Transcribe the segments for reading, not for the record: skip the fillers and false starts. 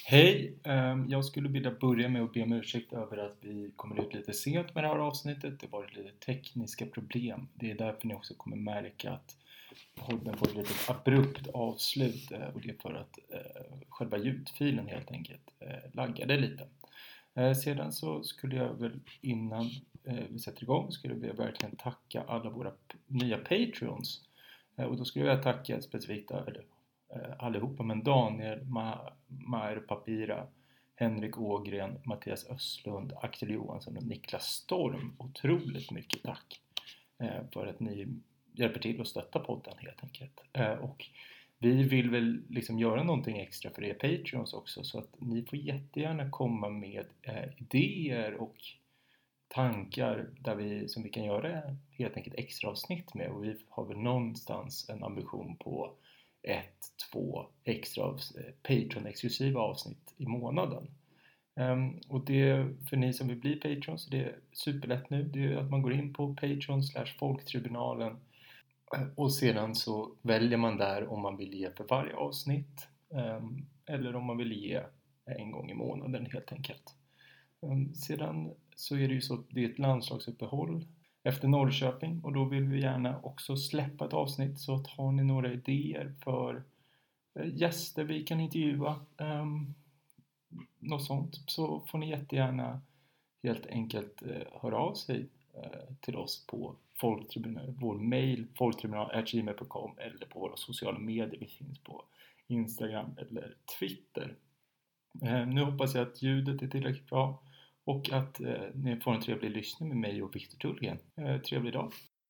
Hej, jag skulle vilja börja med att be om ursäkt över att vi kommer ut lite sent med det här avsnittet. Det var lite tekniska problem. Det är därför ni också kommer märka att podden får ett litet abrupt avslut och det är för att själva ljudfilen helt enkelt laggade lite. Sedan så skulle jag väl innan vi sätter igång skulle vi verkligen tacka alla våra nya Patreons. Och då skulle jag tacka specifikt allihopa, men Daniel, Maher Papira, Henrik Ågren, Mattias Östlund, Axel Johansson och Niklas Storm. Otroligt mycket tack för att ni hjälper till att stötta podden helt enkelt. Och vi vill väl liksom göra någonting extra för er Patreons också, så att ni får jättegärna komma med idéer och tankar som vi kan göra helt enkelt extra avsnitt med. Och vi har väl någonstans en ambition på 1-2 extra Patreon-exklusiva avsnitt i månaden. Och det för ni som vill bli Patreons, det är superlätt nu. Det är att man går in på Patreon/Folktribunalen och sedan så väljer man där om man vill ge för varje avsnitt eller om man vill ge en gång i månaden helt enkelt. Sedan så är det ju så att det är ett landslagsuppehåll efter Norrköping och då vill vi gärna också släppa ett avsnitt, så att har ni några idéer för gäster vi kan intervjua, något sånt, så får ni jättegärna helt enkelt höra av sig till oss på Folktribunalen, vår mail folktribunal@gmail.com eller på våra sociala medier. Vi finns på Instagram eller Twitter. Nu hoppas jag att ljudet är tillräckligt bra och att ni får en trevlig lyssning med mig och Viktor Tullgren. Trevlig dag!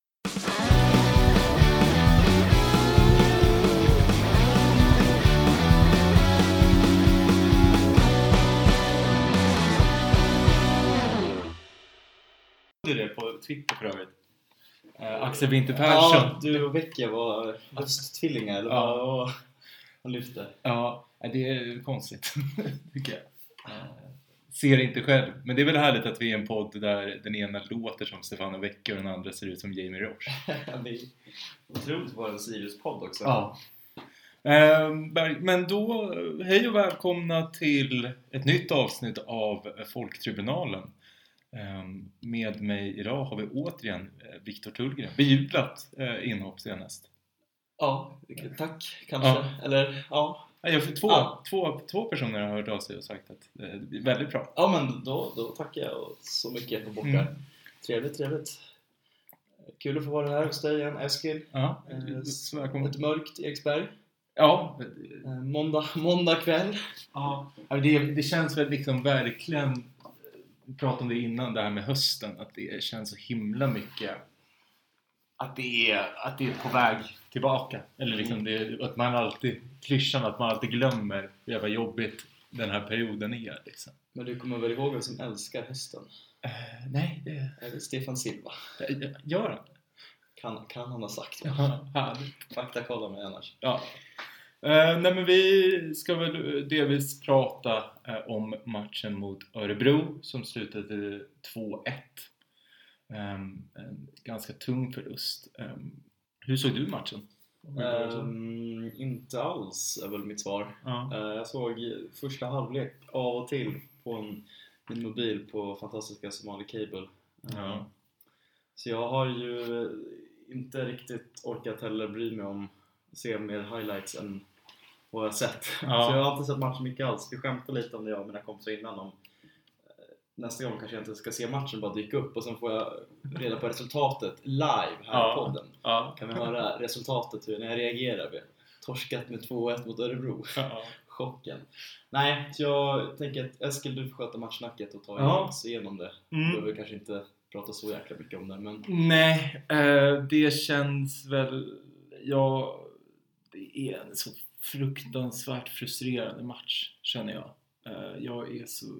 Det är det på Twitter för övrigt. Axel Winter Persson. Ja, du och Vecchia var rösttvillingar eller vad han lyfte. Ja, det är konstigt tycker jag. Ser inte själv. Men det är väl härligt att vi är en podd där den ena låter som Stefano Vecchia och den andra ser ut som Jamie Roche. Det är otroligt att vara en Sirius-podd också. Ja. Men då, hej och välkomna till ett nytt avsnitt av Folktribunalen. Med mig idag har vi återigen Viktor Tullgren. Bejublat inhopp senast. Ja, tack kanske. Ja. Eller ja. Jag för två personer har hört av sig och sagt att det är väldigt bra. Ja, men då tackar jag så mycket på borta. Trevligt. Kul att få vara här hos dig igen, Eskil. Ja, ett mörkt Eriksberg. Ja. Måndag kväll. Ja. Det känns väl liksom verkligen, vi pratade om det innan, det här med hösten, att det känns så himla mycket att det är på väg tillbaka. Eller liksom att man alltid, klyschan att man alltid glömmer hur jobbigt den här perioden är liksom. Men du kommer väl ihåg vem som älskar hösten? Nej, är det Stefan Silva? Gör han? Kan han ha sagt? Ja. Fakta kolla mig annars. Ja. Nej, men vi ska väl delvis prata om matchen mot Örebro som slutade 2-1. En ganska tung förlust. Hur såg du matchen? Inte alls är väl mitt svar. Ja. Jag såg första halvlek av och till på min mobil på fantastiska Somali Cable. Ja. Så jag har ju inte riktigt orkat heller bry mig om se mer highlights än vad jag sett. Ja. Så jag har inte sett matchen mycket alls. Vi skämtade lite om det, jag och mina kompisar innan, om nästa gång kanske jag inte ska se matchen, bara dyka upp och sen får jag reda på resultatet live här i podden. Ja. Kan vi höra resultatet när jag reagerar? Vi torskat med 2-1 mot Örebro. Ja. Chocken. Nej, så jag tänker att Eskil, du får sköta matchsnacket och ta oss igenom det. Du behöver kanske inte prata så jäkla mycket om det, men... Nej, det känns väl... det är en så fruktansvärt frustrerande match, känner jag. Jag är så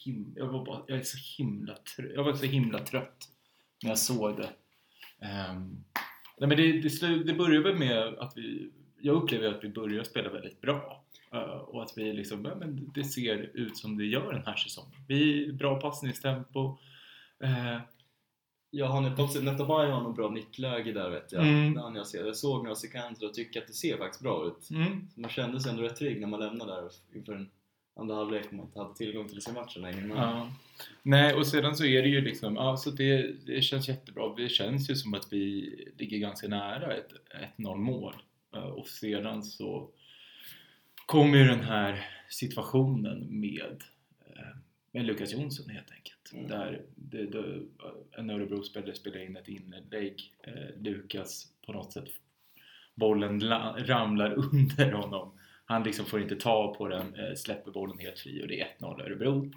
himla trött när jag såg det. Nej, men det börjar väl med att jag upplever att vi börjar spela väldigt bra. Och att vi liksom, men det ser ut som det gör den här säsongen. Vi är bra passningstempo. Jag har Netabay har någon bra nickläge där, vet jag. Jag såg några sekunder och tycker att det ser faktiskt bra ut. Så man kände sig ändå rätt trygg när man lämnade där inför en andra halvlek om man inte hade tillgång till att se matchen längre. Men... Ja. Nej, och sedan så är det ju liksom, ja, så det känns jättebra. Det känns ju som att vi ligger ganska nära ett 1-0 mål. Och sedan så kommer ju den här situationen med Lukas Jonsson helt enkelt. Där en Örebro-spelare spelar in ett inlägg. Lukas på något sätt, bollen ramlar under honom. Han liksom får inte ta på den, släpper bollen helt fri och det är 1-0 Örebro.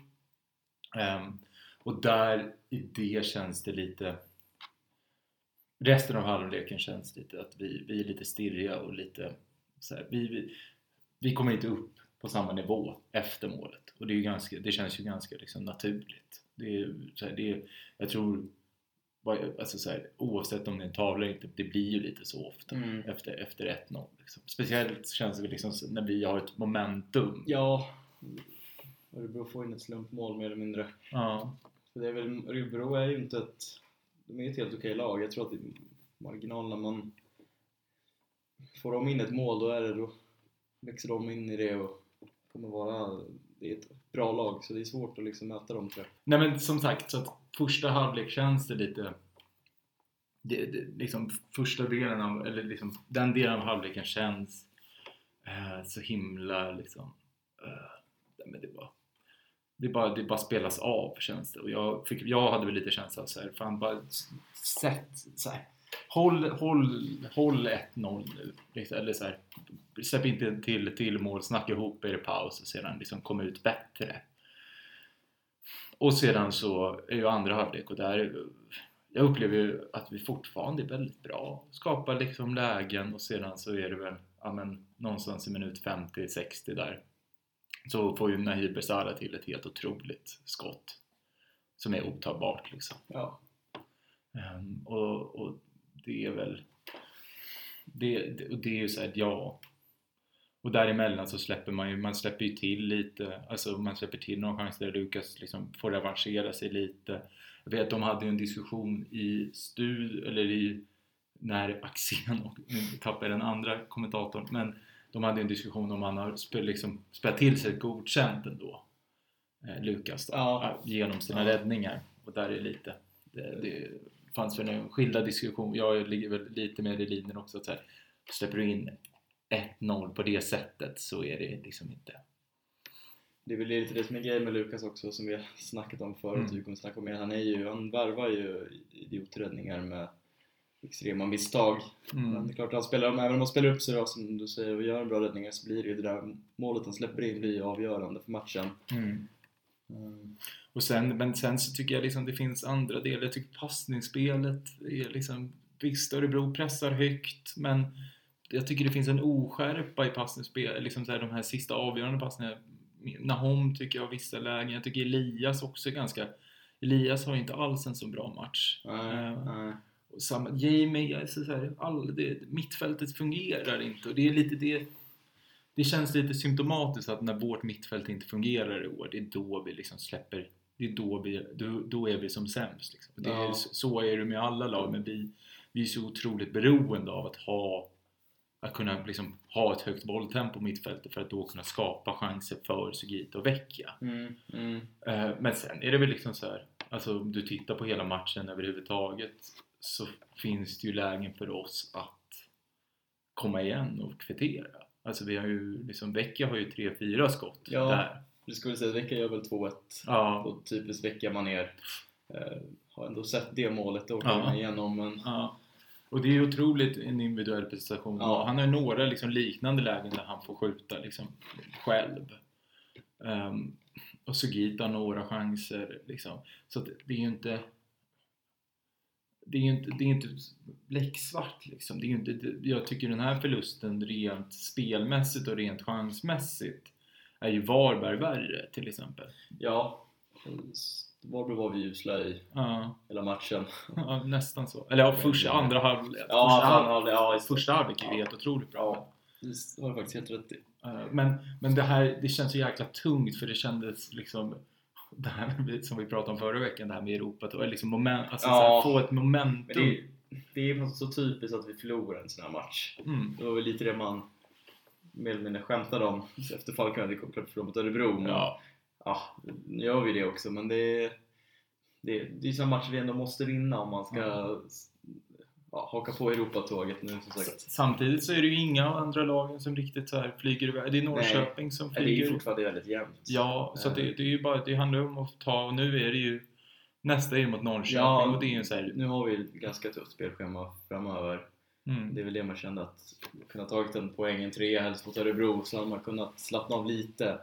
Och där i det känns det lite, resten av halvleken känns lite att vi är lite stirriga och lite så här, vi kommer inte upp på samma nivå efter målet. Och det känns ju ganska liksom naturligt. Jag tror alltså så här, oavsett om det är en tavla eller inte, det blir ju lite så ofta efter 1-0 liksom. Speciellt känns det liksom när vi har ett momentum. Ja, Örebro får in ett slumpmål mer eller mindre. Ja. Så det är väl, Örebro är ju inte de är ett helt okej lag. Jag tror att i marginalerna man får de in ett mål, då växer de in i det och kommer det är ett bra lag, så det är svårt att liksom möta dem, tror jag. Nej, men som sagt, så att första halvlek känns det lite liksom första delen av, eller liksom den delen av halvleken känns så himla liksom men det bara spelas av, känns det. Och jag hade väl lite känsla så här, fan bara sätt så här, håll 1-0 nu liksom, eller så här, släpp inte till mål, snacka ihop er i paus och sedan liksom komma ut bättre. Och sedan så är ju andra halvlek, och där jag upplever ju att vi fortfarande är väldigt bra, skapar liksom lägen, och sedan så är det väl någonstans i minut 50-60 där så får ju Nahir Besara till ett helt otroligt skott som är otagbart liksom. Ja. Och det är väl det är ju så här, ja. Och däremellan så släpper man släpper ju till lite, alltså man släpper till några chanser där Lukas liksom får revanschera sig lite. Jag vet, de hade ju en diskussion när Axén, och nu tappar den andra kommentatorn, men de hade en diskussion om han har spelat till sig godkänt ändå, Lukas då, genom sina räddningar. Och där är lite det fanns väl en skilda diskussion. Jag ligger väl lite mer i linjen också, att så här, släpper du in 1-0 på det sättet så är det liksom inte. Det är väl lite det som är grejen med Lukas också, som vi har snackat om förut. Vi kommer snacka om mer. Han varvar ju idioträddningar med extrema misstag. Men det är klart att även om man spelar upp sig då, som du säger, och gör en bra räddningar, så blir det ju det där målet han släpper in blir avgörande för matchen. Och sen så tycker jag liksom det finns andra delar. Jag tycker passningsspelet är liksom, visst, Örebro pressar högt, men jag tycker det finns en oskärpa i passningsspel, liksom så här, de här sista avgörande passningarna. Nahom tycker jag vissa lägen. Jag tycker Elias också är Elias har ju inte alls en så bra match. Och samma Jamie, alltså så här, mittfältet fungerar inte, och det är lite det känns lite symptomatiskt att när vårt mittfält inte fungerar i år, det är då vi liksom släpper, det är då är vi som sämst liksom. Så är det med alla lag, men vi är så otroligt beroende av att kunna liksom ha ett högt bolltempo mittfältet för att då kunna skapa chanser för Sugita och Vecchia. Men sen är det väl liksom så här, alltså om du tittar på hela matchen överhuvudtaget, så finns det ju lägen för oss att komma igen och kvittera. Alltså vi har ju liksom, Vecchia har ju 3-4 skott där. Du skulle säga att Vecchia gör väl 2-1 på typiskt Vecchia-manér. Har ändå sett det målet och åker igenom, men... Och det är otroligt en individuell prestation. Han har några liksom liknande lägen där han får skjuta liksom själv. Och Sugita har några chanser liksom. Så att det är ju inte... Det är inte bläcksvart liksom. Det är inte, jag tycker den här förlusten rent spelmässigt och rent chansmässigt är ju Varberg värre till exempel. Ja, Varberg var vi usla i hela matchen. Ja, nästan så. Eller första halvlek är ju helt otroligt bra. Ja, det har du faktiskt helt rätt i. Men det känns ju jäkla tungt, för det kändes liksom det här som vi pratade om förra veckan, det här med Europa, eller liksom moment, alltså så här, få ett momentum. Det är så typiskt att vi förlorar en sån här match. Det var väl lite det mer eller mindre skämtade om efter Falkenberg hade klart för mot Örebro. Men, nu gör vi det också, men det är sån match vi ändå måste vinna om man ska haka på Europatåget nu, som sagt. Samtidigt så är det ju inga andra lagen som riktigt så här flyger iväg. Det är Norrköping som flyger. Det är ju fortfarande väldigt jämnt. Ja, så det är ju bara, det handlar om att ta, och nu är det ju nästa är mot Norrköping, och det är ju så här. Nu har vi ett ganska tufft spelschema framöver. Det är väl det man kände, att kunna tagit en poängen 3 helst mot Örebro, så hade man kunnat slappna av lite.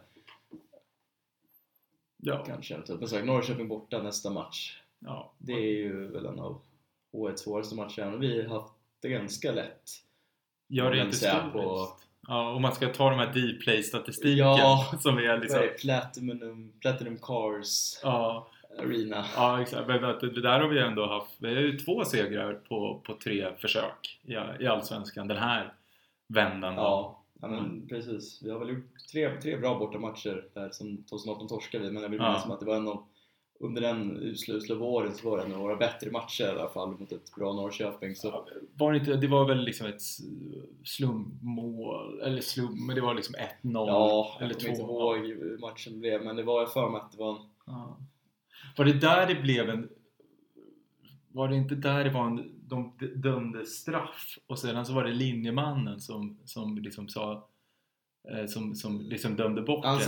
Ja. Kanske. Men sagt, Norrköping borta nästa match. Ja. Det är ju väl en av årets svåraste matcher. Vi har haft det ganska lätt. Ja, det är inte stort. Ja, och man ska ta de här D-play-statistiken som är liksom Platinum Cars Arena. Ja, exakt. Men det där har vi ändå haft. Vi har ju 2 segrar på 3 försök i Allsvenskan den här vändan. Ja, men precis. Vi har väl gjort 3 bra bortamatcher där som 2018 torskade vi, men jag vill minnas som att det var en av, under den usla våren så var det en av våra bättre matcher i alla fall mot ett bra Norrköping. Så. Det var väl liksom ett slummål, eller men det var liksom 1-0 eller 2. Jag kommer inte ihåg hur matchen blev, men det var jag för mig att det var Var det där det blev en... Var det inte där det var de dömde straff, och sedan så var det linjemannen som liksom sa... Som liksom dömde bort det.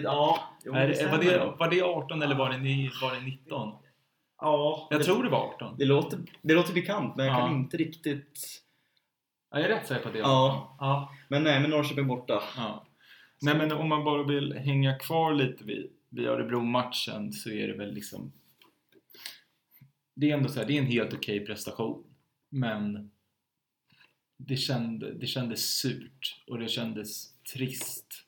Var det 18 eller var det 19? Ja. Jag tror det var 18. Det låter bekant, men jag kan inte riktigt... Ja, jag är rätt säker på det. Ja. Men nej, men Norrköping borta. Ja. Nej, men om man bara vill hänga kvar lite vid Örebro-matchen, så är det väl liksom... Det är ändå så här, det är en helt okej prestation. Men det kändes surt och det kändes trist.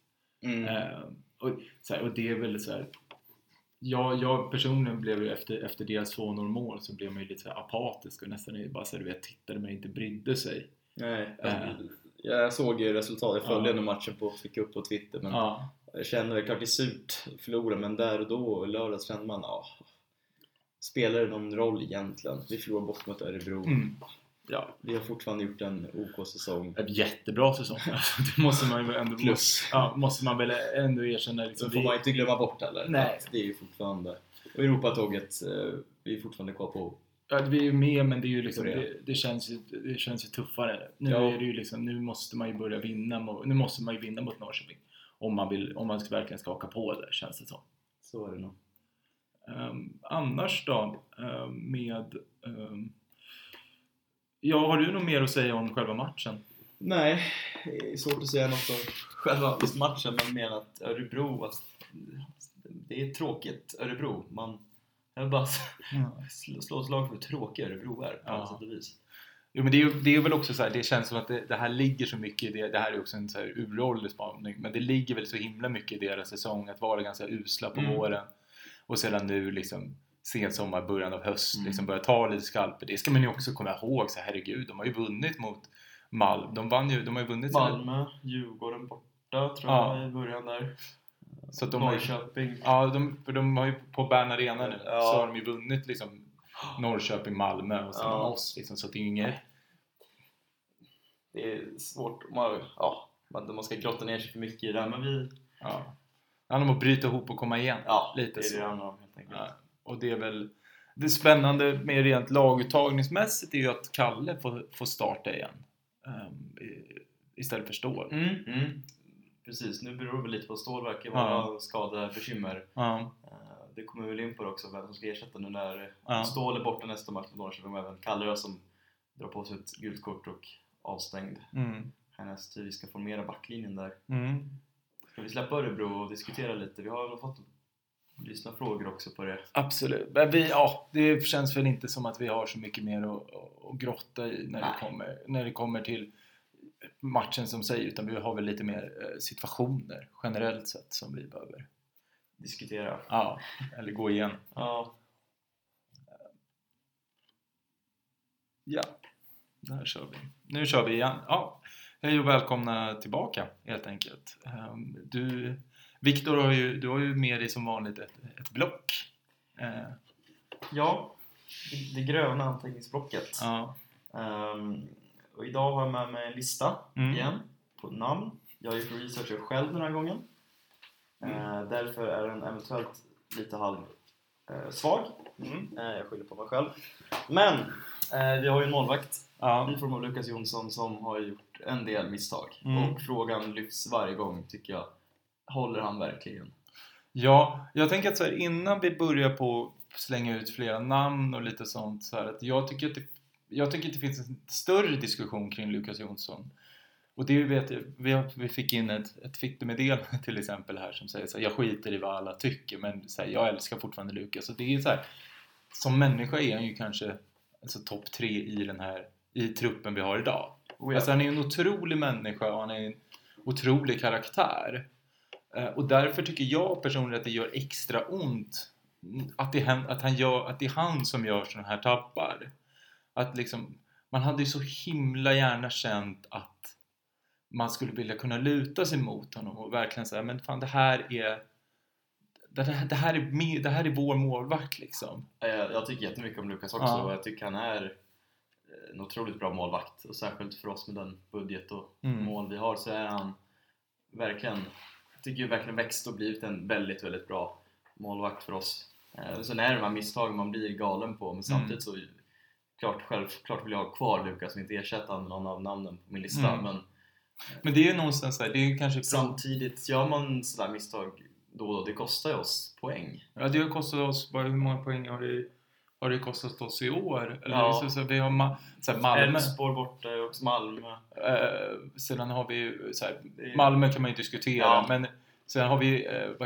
Och det är väl så här... Jag personligen blev ju efter deras 2-0 mål, så blev man ju lite så här apatisk och nästan bara så här, tittade men inte brydde sig. Nej, jag såg ju resultatet. Jag följde den matchen fick upp på Twitter, men jag kände väl klart det är surt att förlora, men där och då lördags kände man spelar det någon roll egentligen? Vi förlorar bort mot Örebro. Ja. Vi har fortfarande gjort en OK-säsong. En jättebra säsong. Det måste man väl ändå måste man väl ändå erkänna liksom. Det får man inte glömma bort heller. Nej. Det är ju fortfarande. Och Europatåget, vi är fortfarande kvar på. Ja, vi är ju med, men det är ju liksom det känns ju tuffare. Nu är det ju liksom, nu måste man ju börja vinna. Nu måste man ju vinna mot Norrköping om man verkligen ska haka på det, känns det som. Så är det nog. Annars då med har du något mer att säga om själva matchen? Nej, det är svårt att säga något om själva matchen, men menar att Örebro, det är tråkigt Örebro. Jag vill bara slå ett slag för hur tråkig Örebro är på något sätt och vis. Jo, men det är väl också så här, det känns som att det här ligger så mycket i det här är också en så här uråldrig spaning, men det ligger väl så himla mycket i deras säsong att vara ganska usla på våren, och sedan nu liksom sen sommar, början av höst liksom börja ta lite skalper. Det ska man ju också komma ihåg, så herregud, de har ju vunnit mot Malmö. De har ju vunnit Malmö, Djurgården borta tror jag i början där. Så att de Norrköping. De har ju på Bern Arena nu, så har de ju vunnit liksom Norrköping, Malmö och sen oss liksom, så det är inget. Det är svårt man ska grotta ner sig för mycket i det här, men vi det handlar om att bryta ihop och komma igen lite. Det är det handlar om, helt enkelt. Och det är väl det spännande med rent laguttagningsmässigt är ju att Kalle får starta igen istället för Ståhl. Precis, nu beror det väl lite på Ståhl, verkar vara skadebekymmer. Det kommer vi väl in på också, vem som ska ersätta nu när Ståhl är borta nästa match mot Norrköping, och även Kalle som drar på sig ett gult kort och avstängd. Härnäst hur vi ska formera backlinjen där. Ska vi släppa Örebro och diskutera lite? Vi har väl fått lyssna frågor också på det. Absolut. Men det känns väl inte som att vi har så mycket mer att grotta i när det kommer till matchen som säger, utan vi har väl lite mer situationer generellt sett som vi behöver diskutera. Eller gå igen. Där kör vi. Nu kör vi igen. Hej och välkomna tillbaka helt enkelt. Viktor du har ju med dig som vanligt ett block. Det gröna anteckningsblocket. Och idag har jag med mig en lista igen på namn. Jag har gjort research själv den här gången. Därför är den eventuellt lite svag. Jag skyller på mig själv. Men vi har ju en målvakt i form av Lukas Jonsson som har gjort en del misstag. Och frågan lyfts varje gång, tycker jag. Håller han verkligen? Ja, jag tänker att så här, innan vi börjar på slänga ut flera namn och lite sånt så här, att jag tycker att det finns en större diskussion kring Lukas Jonsson. Och det vet jag, vi fick in ett Twittermeddelande till exempel här som säger så här, jag skiter i vad alla tycker, men så här, jag älskar fortfarande Lukas. Och det är så här, som människa är han ju kanske alltså topp 3 i truppen vi har idag. Alltså han är en otrolig människa och han är en otrolig karaktär. Och därför tycker jag personligen att det gör extra ont att det är han som gör sådana här tappar. Att liksom, man hade ju så himla gärna känt att man skulle vilja kunna luta sig mot honom och verkligen säga, men fan, det här är vår målvakt liksom. Jag tycker jättemycket om Lukas också, och jag tycker han är en otroligt bra målvakt, och särskilt för oss med den budget och mål vi har, så är han verkligen, jag tycker ju verkligen växt och blivit en väldigt, väldigt bra målvakt för oss. Sen är det de här misstagen man blir galen på, men samtidigt så självklart vill jag ha kvar Lukas och inte ersätta någon av namnen på min lista, men det är ju någonstans där, det är kanske samtidigt gör man sådär misstag då, det kostar ju oss poäng. Ja, det har kostat oss, hur många poäng har det kostat oss i år? Eller ja. Så vi har Malmö. Elfsborg borta och Malmö. Sedan har vi Malmö kan man ju diskutera, men sen har vi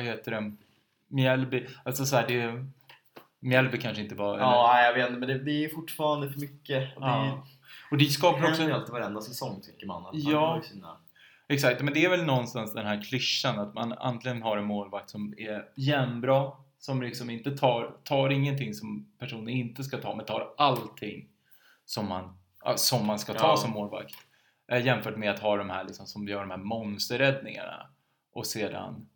Mjällby. Alltså så här, Mjällby kanske inte var... Ja, jag vet inte, men det är fortfarande för mycket. Och det skapar också... Det alltid varenda säsong, tycker man. Exakt, men det är väl någonstans den här klyschan att man antingen har en målvakt som är jämnbra, som liksom inte tar ingenting som personen inte ska ta, men tar allting som man ska ta som målvakt. Jämfört med att ha de här liksom, som gör de här monsterräddningarna och sedan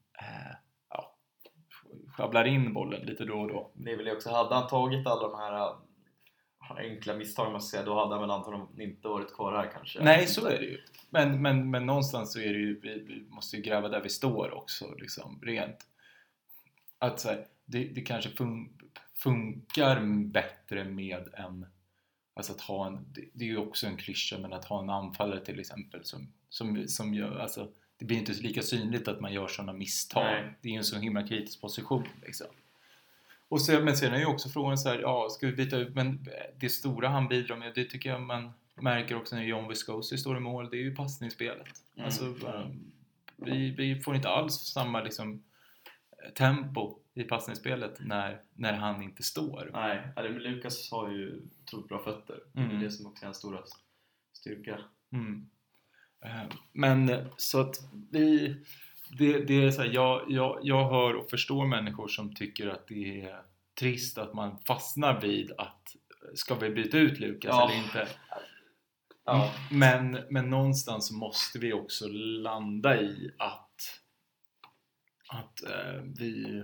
schabblar in bollen lite då och då. Det är väl också, hade han tagit alla de här enkla misstag, man ska säga, då hade han väl antagligen inte varit kvar här kanske. Nej, så är det ju. Men någonstans så är det ju, vi måste ju gräva där vi står också liksom, rent. Att så här, det kanske funkar bättre med en, alltså att ha en, det är ju också en klyscha, men att ha en anfallare till exempel som gör, alltså det blir inte lika synligt att man gör sådana misstag. Nej. Det är ju en så himla kritisk position liksom. Och men sen är ju också frågan så här, ska vi byta ut, men det stora han bidrar med, det tycker jag man märker också när John Viscosi står i mål, det är ju passningsspelet. Alltså vi får inte alls samma liksom tempo i passningsspelet när han inte står. Nej, men Lukas har ju otroligt bra fötter. Det är det som också är hans stora styrka. Men så att det är så här, jag hör och förstår människor som tycker att det är trist att man fastnar vid att ska vi byta ut Lukas eller inte. Men någonstans så måste vi också landa i att vi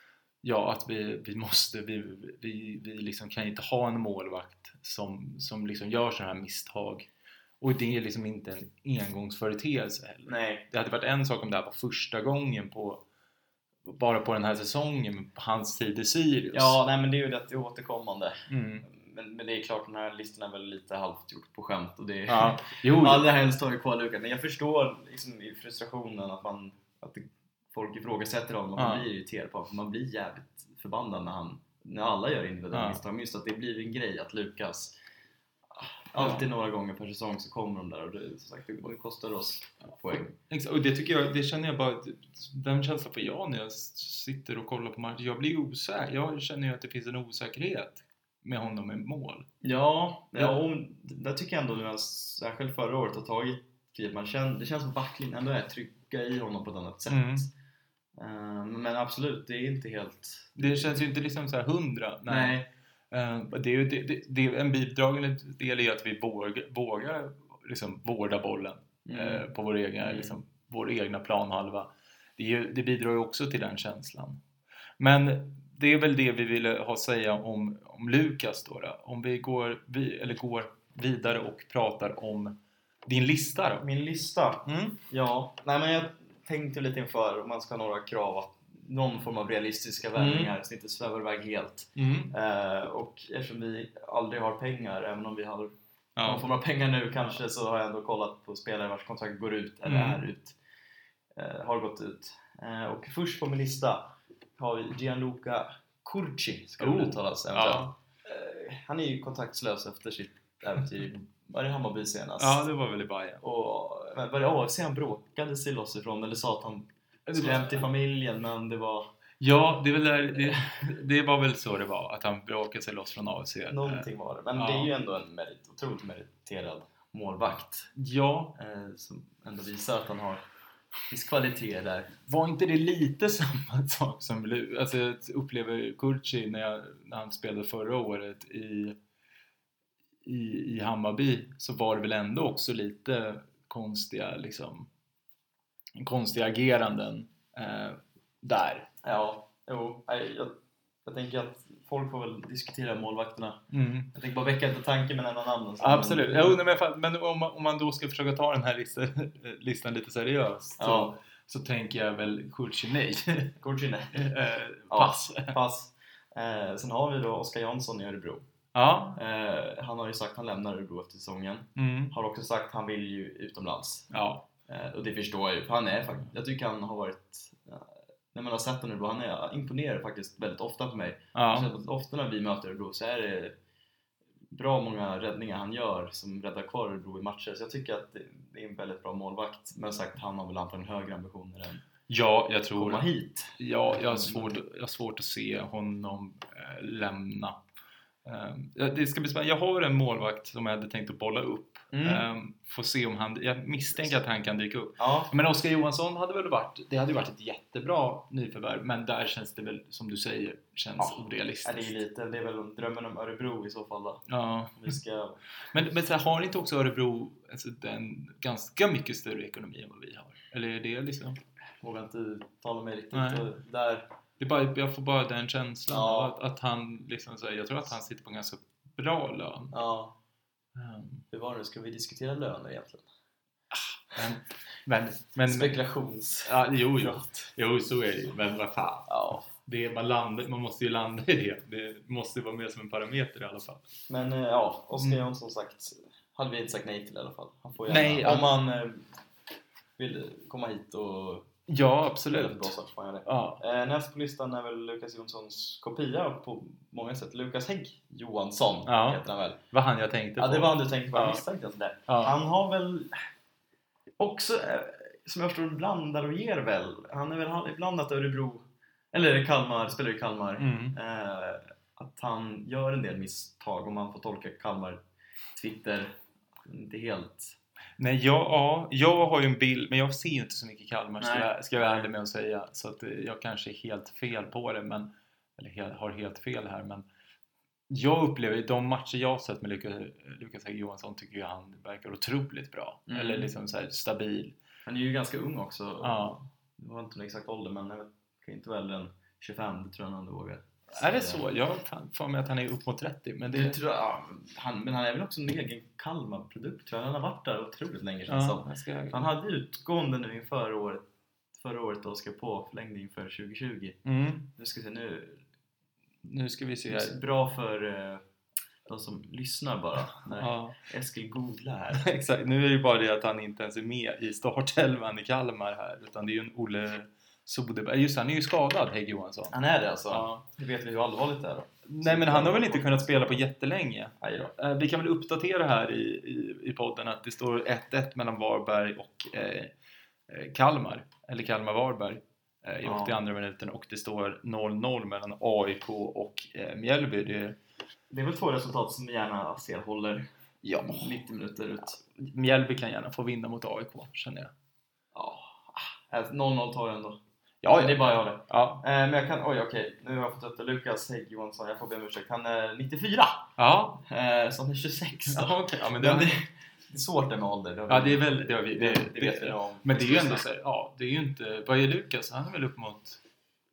liksom kan inte ha en målvakt som liksom gör sådana här misstag. Och det är liksom inte en engångsföreteelse heller. Nej. Det hade varit en sak om det här var första gången bara på den här säsongen på hans tid i Sirius. Ja, nej, men det är ju det återkommande. Men det är klart, den här listan är väl lite halvt gjort på skämt. Och det är allra helst har ju kvar Lukas. Men jag förstår liksom i frustrationen att folk ifrågasätter honom. Och man blir irriterad på honom. Man blir jävligt förbannad när alla gör individuella misstag. Men just att det blir en grej att Lukas alltid några gånger per säsong så kommer de där, och det, som sagt, det kostar oss poäng. Exakt, och det tycker jag, det känner jag bara, den känslan får jag när jag sitter och kollar på matchen. Jag blir osäker, jag känner ju att det finns en osäkerhet med honom i mål. Ja, och där tycker jag ändå nu, särskilt förra året har tagit tid. Det känns som backlinjen ändå är trygga i honom på ett annat sätt. Men absolut, det är inte helt... Det känns ju inte liksom så här 100. Nej. Det är en bidragande del i att vi vågar liksom vårda bollen på vår egna planhalva. Det bidrar ju också till den känslan. Men det är väl det vi ville ha säga om Lukas då. Om vi går vidare och pratar om Din lista då? Min lista? Ja, nej men jag tänkte lite inför om man ska ha några krav att någon form av realistiska värvningar så inte svävar iväg helt. Och eftersom vi aldrig har pengar, även om vi har någon form av pengar nu kanske, så har jag ändå kollat på spelare vars kontrakt går ut eller är ut, har gått ut. Och först på min lista har vi Gianluca Curci, ska det uttalas eventuellt. Han är ju kontraktslös efter sitt äventyr. Var det Hammarby senast? Ja, det var väl i Bayern. Och var det AFC han bråkade sig loss ifrån, eller sa att han skrämt i familjen, men det var... Ja, det, är väl där, det var väl så det var, att han bråkade sig loss från AFC. Någonting var det, men det är ju ändå en otroligt meriterad målvakt. Ja. Som ändå visar att han har viss kvalitet där. Var inte det lite samma sak som... Alltså jag upplever Curci när han spelade förra året i Hammarby, så var det väl ändå också lite konstiga ageranden där. Ja, jag tänker att folk får väl diskutera målvakterna. Jag tänker bara väcka inte tanken med någon annan. Absolut. Men om man då ska försöka ta den här listan lite seriöst, så tänker jag väl Curci nej. Curci nej. Pass. Sen har vi då Oskar Jansson i Örebro. Ja. Han har ju sagt att han lämnar Örebro efter säsongen. Har också sagt att han vill ju utomlands. Ja. Och det förstår jag ju. Han är faktiskt, jag tycker han har varit, när man har sett honom Örebro, han är imponerad faktiskt väldigt ofta på mig. Ofta när vi möter Örebro så är det bra många räddningar han gör som räddar kvar Örebro i matcher. Så jag tycker att det är en väldigt bra målvakt. Men sagt, han har väl antagligen högre ambitioner än jag tror komma hit. Ja, jag har svårt att se honom lämna. Det ska bli spännande. Jag har en målvakt som jag hade tänkt att bolla upp. Får se om jag misstänker att han kan dyka upp. Men Oskar Johansson hade ju varit ett jättebra nyförvärv, men där känns det väl, som du säger, orealistiskt. Det är väl drömmen om Örebro i så fall då. Ja. Men så här, har inte också Örebro en ganska mycket större ekonomi än vad vi har? Eller är det liksom... Jag vågar inte tala mig riktigt där. Jag får bara den känslan att han liksom, så här, jag tror att han sitter på en ganska bra lön. Ja. Hur var det? Ska vi diskutera löner egentligen? Men spekulations. Ja, jo, så är det ju. Men vad fan. Ja. Man måste ju landa i det. Det måste vara med som en parameter i alla fall. Men Oskar Jansson sagt, hade vi inte sagt nej till i alla fall. Han får gärna, om han vill komma hit och... Ja, absolut. Näst på listan är väl Lukas Jonssons kopia på många sätt. Lukas Hägg Johansson heter han väl. Vad han jag tänkte på. Ja, det var han du tänkte på. Jag misstänkte inte det. Han har väl också, som jag förstår, blandar och ger väl. Han är väl blandat Örebro, eller Kalmar, spelar i Kalmar. Att han gör en del misstag, om man får tolka Kalmar Twitter inte helt... Nej, jag har ju en bild, men jag ser inte så mycket Kalmar, ska jag vara ärlig med att säga. Så att jag kanske är helt fel på det, eller har helt fel här. Men jag upplever, de matcher jag har sett med Lukas Hägg Johansson, tycker jag han verkar otroligt bra. Eller liksom så här stabil. Han är ju ganska ung också. Det var inte någon exakt ålder, men jag kan inte väl en 25, det tror jag han vågar. Är det så? Jag får mig att han är upp mot 30. Men det tror jag, men han är väl också en egen Kalmar-produkt, tror jag. Han har varit där otroligt länge sedan. Han hade utgående nu inför förra året och ska på förlängning för 2020. Nu ska vi se här. Bra för de som lyssnar bara. Eskil googlar här. Exakt, nu är det bara det att han inte ens är med i startelvan i Kalmar här, utan det är ju en Olle Sodeberg. Just han är ju skadad, Hägg Johansson. Han är det alltså? Ja. Nu vet vi hur allvarligt det är då. Nej, men han har väl inte kunnat spela på jättelänge. Då. Vi kan väl uppdatera här i podden att det står 1-1 mellan Varberg och Kalmar. Eller Kalmar-Varberg i 82 minuten. Och det står 0-0 mellan AIK och Mjällby. Det är väl två resultat som vi gärna ser håller 90 minuter ut. Mjällby kan gärna få vinna mot AIK, känner jag. Ja, 0-0 tar jag ändå. Ja, det är bara jag det. Ja. Men jag kan, nu har jag fått upp Lukas Hägg Johansson, jag får be om ursäkt. Han är 94. Ja. Så han är 26. Ja, okay. Ja, men det är svårt det med ålder. Ja, det är väl det vet vi om. Men det är ju ändå så, det är ju inte, vad är Lukas? Han är väl upp mot,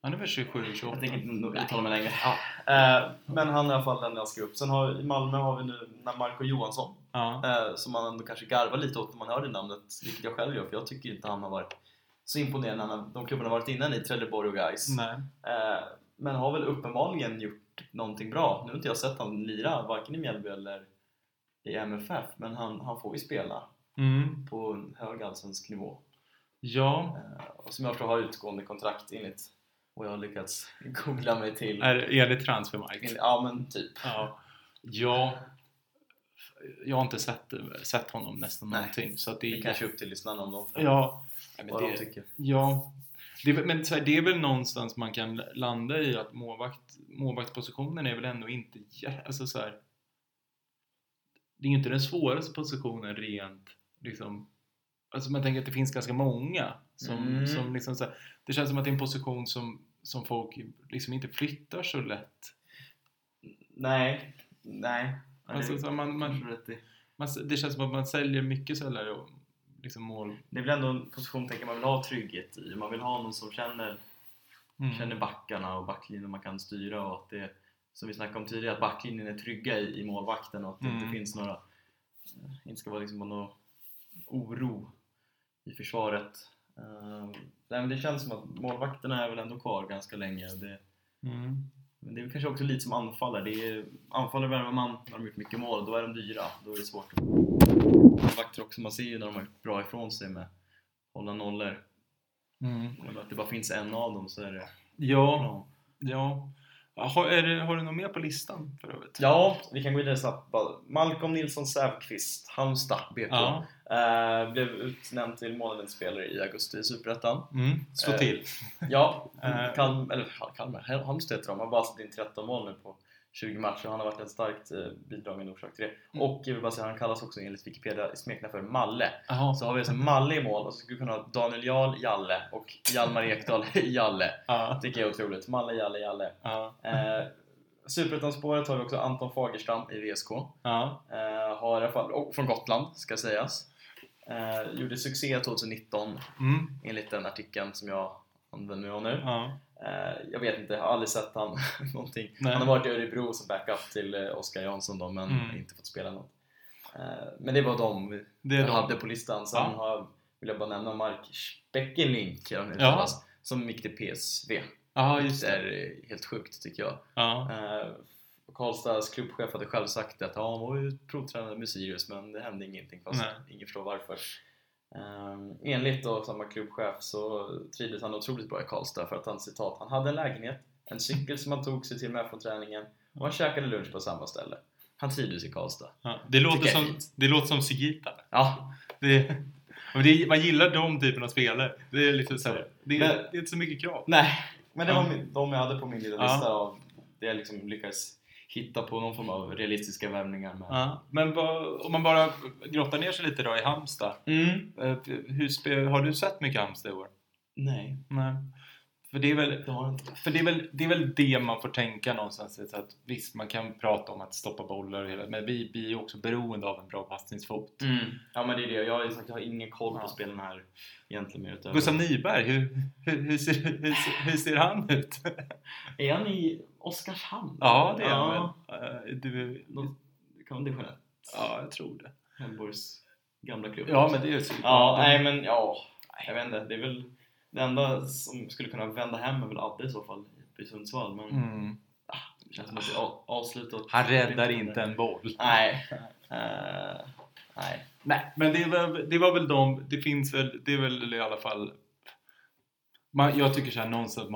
Han är väl 27-28. Jag tänker inte uttala mig längre. Men han är i alla fall den jag skrev upp. Sen i Malmö har vi nu Marco Johansson. Som man ändå kanske garvar lite åt när man hör det namnet. Vilket jag själv gör, för jag tycker inte han har varit så imponerande när de klubbarna har varit innan i Trelleborg och Gais. Men har väl uppenbarligen gjort någonting bra. Nu har inte jag sett han lira varken i Mjällby eller i MFF. Men han får ju spela på en hög allsvensk nivå. Ja. Och som jag förstår har utgående kontrakt enligt och jag har lyckats googla mig till. Är det Transfermarkt? Ja, men typ. Ja. Jag har inte sett honom nästan någonting. Så att det är kanske upp till lyssnarna om de vad de tycker. Ja. Men så här, det är väl någonstans man kan landa i att målvaktspositionen är väl ändå inte... Alltså så här, det är ju inte den svåraste positionen rent liksom... Alltså man tänker att det finns ganska många som liksom så här, det känns som att det är en position som folk liksom inte flyttar så lätt. Nej. Alltså så det känns som att man säljer mycket säljare och liksom mål. Det är väl ändå en position tänker man vill ha trygghet i. Man vill ha någon som känner backarna och backlinjen man kan styra, och att det, som vi snackade om tidigare, att backlinjen är trygga i målvakten och att det inte finns några, inte ska vara liksom någon oro i försvaret. Men det känns som att målvakterna är väl ändå kvar ganska länge. Men det är kanske också lite som anfallare. Anfallare värvar man när de gjort mycket mål, då är de dyra. Då är det svårt. Målvakter också, man ser ju när de har gjort bra ifrån sig med hålla nollor. Att det bara finns en av dem, så är det... Ja. Har du något mer på listan för övrigt? Ja, vi kan gå vidare snabbt. Malcolm Nilsson Säfqvist, Halmstad BK. Blev utnämnd till månadens spelare i augusti i Superettan. Slå till. Kalmar. Halmstad heter de. Han har bara satt in 13 mål nu på 20 matcher. Han har varit en starkt bidragande orsak till det. Och jag vill bara säga, han kallas också enligt Wikipedia i smekna för Malle. Så har vi alltså Malle i mål, och så skulle vi kunna ha Daniel Jarl, Jalle och Hjalmar Ekdal, Jalle. Tycker jag är otroligt. Malle, Jalle. Superettan-spåret har vi också Anton Fagerstam i VSK. Har i alla fall, och från Gotland ska sägas. Gjorde succé 2019 enligt den artikeln som jag använder mig av nu. Jag vet inte, jag har aldrig sett han någonting. Han har varit i Örebro som backup till Oskar Jansson då, men inte fått spela något. Men det var de hade på listan. Sen vill jag bara nämna Mark Speckelink som gick till PSV. Just det är helt sjukt tycker jag. Karlstads klubbchef hade själv sagt att han var ju provtränare med Sirius, men det hände ingenting, fast ingen förstår varför. Enligt då samma klubbchef så trivdes han otroligt bra i Karlstad, för att han hade en lägenhet, en cykel som han tog sig till med från träningen, och han käkade lunch på samma ställe. Han trivdes i Karlstad. Det låter som Sigita. Man gillar de typen av spelare. Det är lite så här, det är inte så mycket krav. Nej, men det var de jag hade på min lilla lista av det jag liksom lyckades hitta på någon form av realistiska värvningar med. Men om man bara grottar ner sig lite då i Halmstad. Har du sett mycket Halmstad i år? Nej. För det är väl det man får tänka någonstans, så att visst, man kan prata om att stoppa bollar och hela, men vi är också beroende av en bra passningsfot. Ja, men det är det. Jag har ingen koll på spelen här egentligen mer utöver. Gustav Nyberg, hur ser han ut? Är han i Oskarshamn? Ja, det är han väl. Konditionellt. Ja, jag tror det. Hemborgs gamla klubb. Ja, men det är så. Jag vet inte. Det är väl det enda som skulle kunna vända hem är väl Adde i så fall i Sundsvall, men det känns som att det är avslutat. Han räddar inte en boll. Nej, men det var väl det är väl i alla fall jag tycker så här någonstans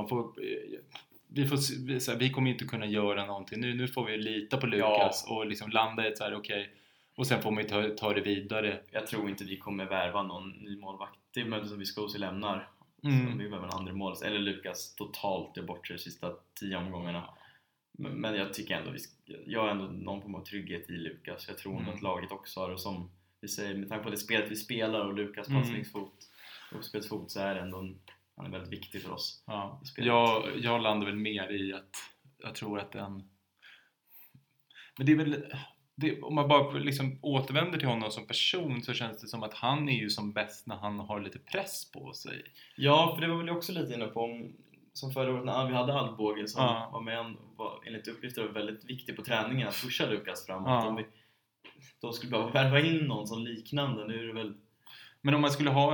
att vi kommer inte kunna göra någonting. Nu får vi lita på Lukas och liksom landa i ett så här okej. Och sen får man ju ta det vidare. Jag tror inte vi kommer värva någon ny målvakt. Det är möjligt som vi ska lämnar. Vi behöver en andra mål. Eller Lukas totalt gör bort sig de sista 10 omgångarna. Men jag tycker ändå jag har ändå någon form av trygghet i Lukas. Jag tror att laget också har, och som vi säger, med tanke på det spelet vi spelar och Lukas passningsfot och spelsfot, så är det ändå han är väldigt viktig för oss. Jag landar väl mer i att jag tror att men det är väl om man bara liksom återvänder till honom som person, så känns det som att han är ju som bäst när han har lite press på sig. Ja, för det var väl också lite inne på som förra året när vi hade Alvbåge som var med, var enligt uppgifter väldigt viktig på träningen att pusha Lukas framåt. Om vi då skulle bara värva in någon som liknande, nu är det väl. Men om man skulle ha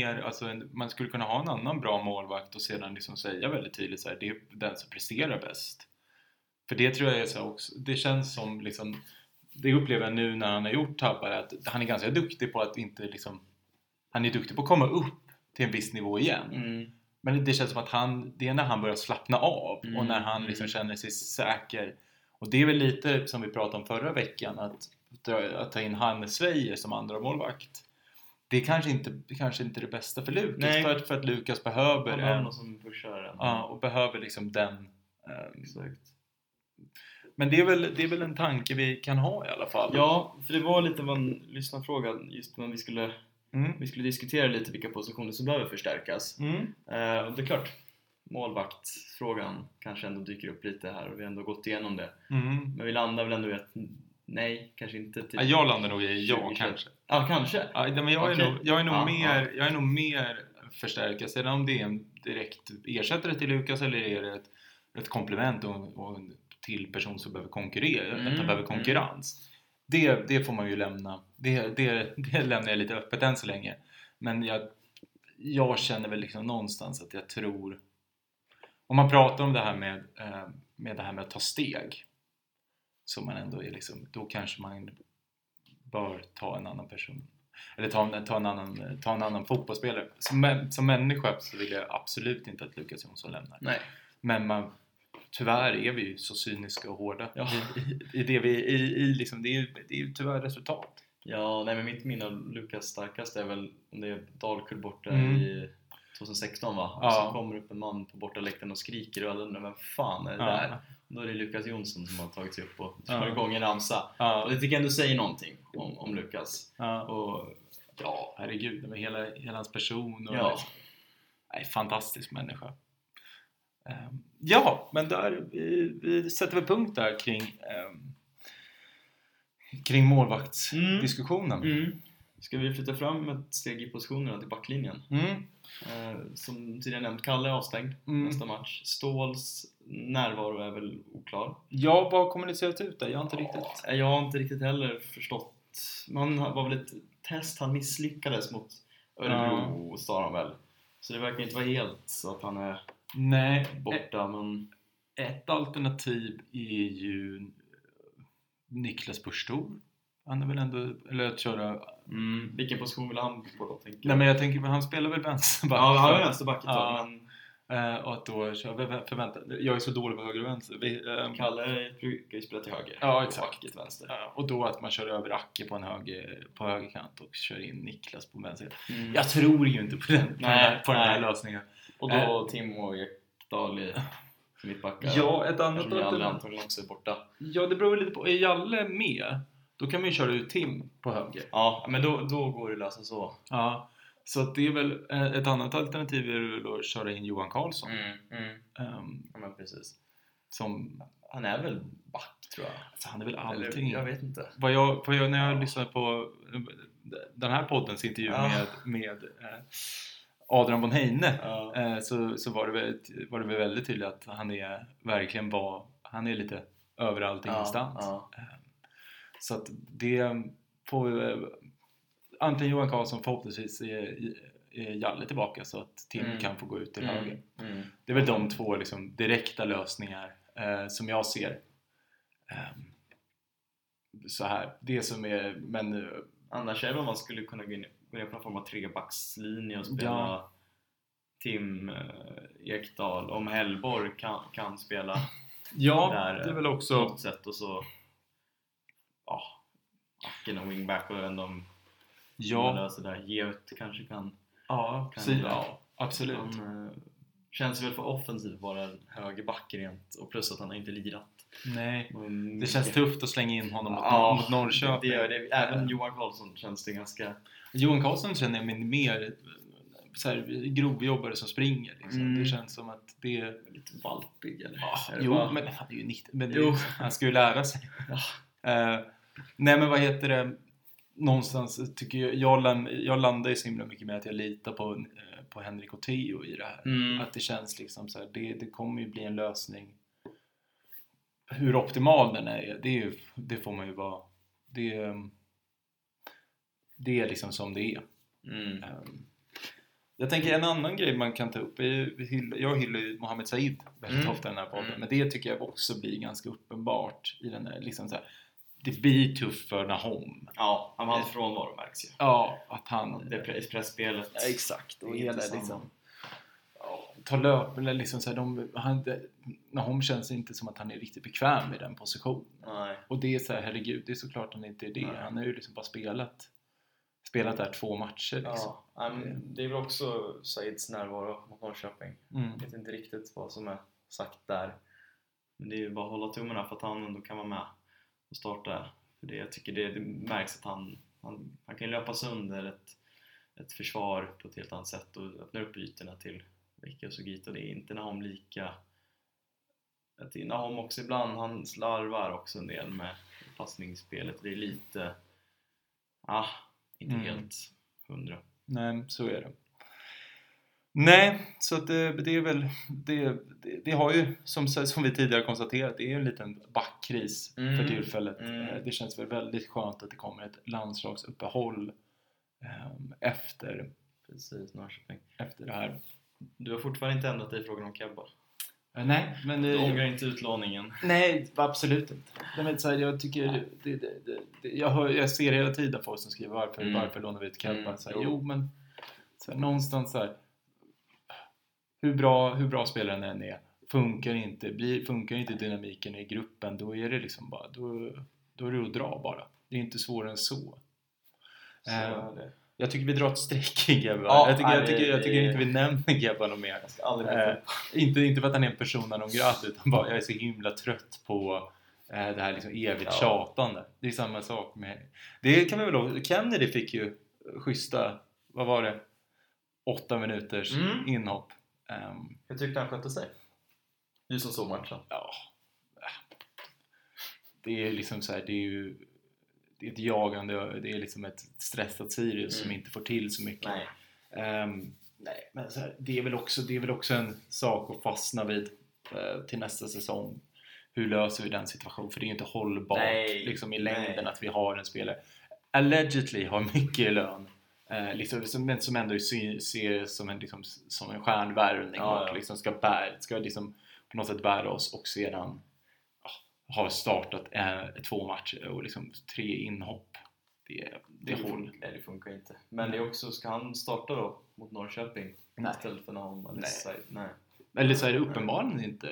man skulle kunna ha en annan bra målvakt och sedan liksom säga väldigt tydligt så här, det är den som presterar bäst. För det tror jag är så också. Det känns som liksom, det upplever jag nu när han har gjort tabbar, att han är ganska duktig på att inte liksom, han är duktig på att komma upp till en viss nivå igen. Men det känns som att det är när han börjar slappna av och när han liksom känner sig säker. Och det är väl lite som vi pratade om förra veckan, att ta in Hannes Sveijer som andra målvakt. Det är kanske inte det bästa för Lukas. För att Lukas behöver någon som pushar den. Ja, och behöver liksom den. Exakt. Men det är väl en tanke vi kan ha i alla fall. Ja, för det var lite en lyssnarfråga just när vi skulle diskutera lite vilka positioner som behöver förstärkas. Och det är klart, målvaktfrågan kanske ändå dyker upp lite här och vi har ändå gått igenom det. Men vi landar väl ändå i att nej, kanske inte till. Jag landar nog i ja, kanske. Ja, kanske. Ja, men jag är nog mer förstärka. Sedan om det är en direkt ersättare till Lukas eller är det ett komplement och en till person som behöver konkurrera, att han behöver konkurrens. Det får man ju lämna. Det lämnar jag lite öppet än så länge. Men jag känner väl liksom någonstans att jag tror, om man pratar om det här med det här med att ta steg, så man ändå är liksom, då kanske man bör ta en annan person eller ta en annan fotbollsspelare. Som människa så vill jag absolut inte att Lukas Jonsson lämnar. Nej. Men tyvärr är vi ju så cyniska och hårda i det vi liksom, det är ju tyvärr resultat. Ja, nej, men mitt minne av Lukas starkaste är väl om det är Dalkurd borta i 2016 va? Och så kommer upp en man på bortaläktaren och skriker och alla undrar, vem fan är det där? Då är det Lukas Jonsson som har tagit sig upp och drar igång en ramsa. Och det tycker jag ändå säger någonting om Lukas. Och herregud, med hela hans person och fantastisk människa. Men där vi sätter väl punkt där kring målvaktsdiskussionen. Ska vi flytta fram ett steg i positionerna till backlinjen? Som tidigare nämnt, Kalle är avstängd nästa match. Ståhls närvaro är väl oklar. Ja, vad har kommunicerat ut där? Jag har inte riktigt heller förstått. Man var väl ett test, han misslyckades mot Örebro, sa han väl. Så det verkar inte vara helt så att han är borta. Men ett alternativ är ju Niklas Burstor. Han är väl ändå, eller att köra. Vilken position vill han på då? Nej, men jag tänker, han spelar väl vänsterback. Ja, han är vänsterback men och att då förvänta. Jag är så dålig på höger och vänster. Kalle brukar ju spela till höger. Ja, exakt. Och vänster. Och då att man kör över Acke på högerkant och kör in Niklas på vänster. Jag tror ju inte på den här lösningen. Och då Tim och Ekdal i mittbackar. Ja, ett annat antagligen också är borta. Ja, det beror lite på. Är Jalle med? Då kan man ju köra ut Tim på höger. Ja, men då går det att lösa så. Ja, så att det är väl ett annat alternativ är väl att köra in Johan Karlsson. Ja, men precis. Han är väl back, tror jag. Alltså, han är väl allting. Eller, jag vet inte. När jag lyssnade på den här poddens intervju med Adrian von Heine så var det väl väldigt tydligt att han är verkligen han är lite överallt ingenstans. Så att det får antingen Johan Karlsson, förhoppningsvis är Jalle tillbaka så att Tim kan få gå ut till höger. Det är väl de två liksom direkta lösningar som jag ser så här. Det som är, men annars är det om man skulle kunna gå in på någon form av trebackslinje och spela Tim, Ekdal, om Hellborg kan spela där, det är väl också på något sätt, och så Acken och wingback och ändå om löser där. Geut kanske kan absolut. Han känns väl för offensivt bara en högerback rent, och plus att han har inte lirat. Nej, det känns tufft att slänga in honom mot Norrköping. Det gör det. Även Johan Karlsson känns det ganska. Johan Karlsson känner jag mig mer så här grovjobbare som springer liksom. Det känns som att det är lite valpig eller. Men han är ju 90, men han ska ju lära sig. Nej, men vad heter det? Någonstans tycker jag landar ju så himla mycket med att jag litar på Henrik och Theo i det här. Att det känns liksom så här, det kommer ju bli en lösning. Hur optimal den är, det får man ju vara. Det är liksom som det är. Jag tänker en annan grej man kan ta upp. Jag hyllar ju Mohamed Said väldigt ofta i den här podden. Men det tycker jag också blir ganska uppenbart i den här, liksom så här, det blir tufft för Nahom. Ja, han var frånvaro märks ju. Ja, att han... Det är pressspelet. Ja, exakt. Och hela liksom... Ta löp, eller liksom så här, Nahom känns inte som att han är riktigt bekväm i den positionen. Nej. Och det är så här, herregud, det är såklart han inte är det. Nej. Han har ju liksom bara spelat där 2 matcher liksom. Ja, det är väl också Saids närvaro mot Norrköping. Jag vet inte riktigt vad som är sagt där. Men det är ju bara att hålla tummarna för att han ändå kan vara med och starta. För det, jag tycker det märks att han kan löpa sönder ett försvar på ett helt annat sätt och öppna upp ytorna till Vecchia och Sugita. Det är inte Nahom lika. Nahom också ibland, han slarvar också en del med passningsspelet. Det är lite inte helt 100. Nej, så är det. Nej, så att det är väl det har ju som vi tidigare konstaterat, det är en liten backkris för tillfället. Det känns väl väldigt skönt att det kommer ett landslagsuppehåll efter Norrköping. Efter det här. Du har fortfarande inte ändrat dig i frågan om Kebba? Nej, men du ångrar inte utlåningen? Nej, absolut inte. Men så här, jag tycker jag ser hela tiden folk som skriver varför lånar vi ut Kebba? Jo, men så här, någonstans så här, hur bra spelaren än är, funkar inte dynamiken i gruppen, då är det liksom bara då är det att dra bara. Det är inte svårare än så. Är det. Jag tycker vi drar ett streck i Gebba. Ja, jag tycker inte vi nämner Gebba något mer. Jag ska aldrig inte för att han är en person någon grat, utan bara jag är så himla trött på det här liksom evigt tjatande. Det är samma sak med... Det kan vi väl också... Kennedy fick ju schyssta, vad var det? 8 minuters inhopp. Jag tyckte han skötte sig. Du som såg matchen. Ja. Det är liksom så här, det är ju... Det är ett jagande, det är liksom ett stressat Sirius som inte får till så mycket. Nej, men så här, det är väl också en sak att fastna vid till nästa säsong. Hur löser vi den situationen? För det är ju inte hållbart liksom, i längden att vi har en spelare allegedly har mycket i lön. Liksom, men som ändå ser som en stjärnvärvning och liksom ska liksom på något sätt bära oss och sedan har startat 2 matcher och liksom 3 inhopp. Det funkar inte. Men det är också, ska han starta då mot Norrköping istället för Nahom? Nej. Eller så är det uppenbarligen inte.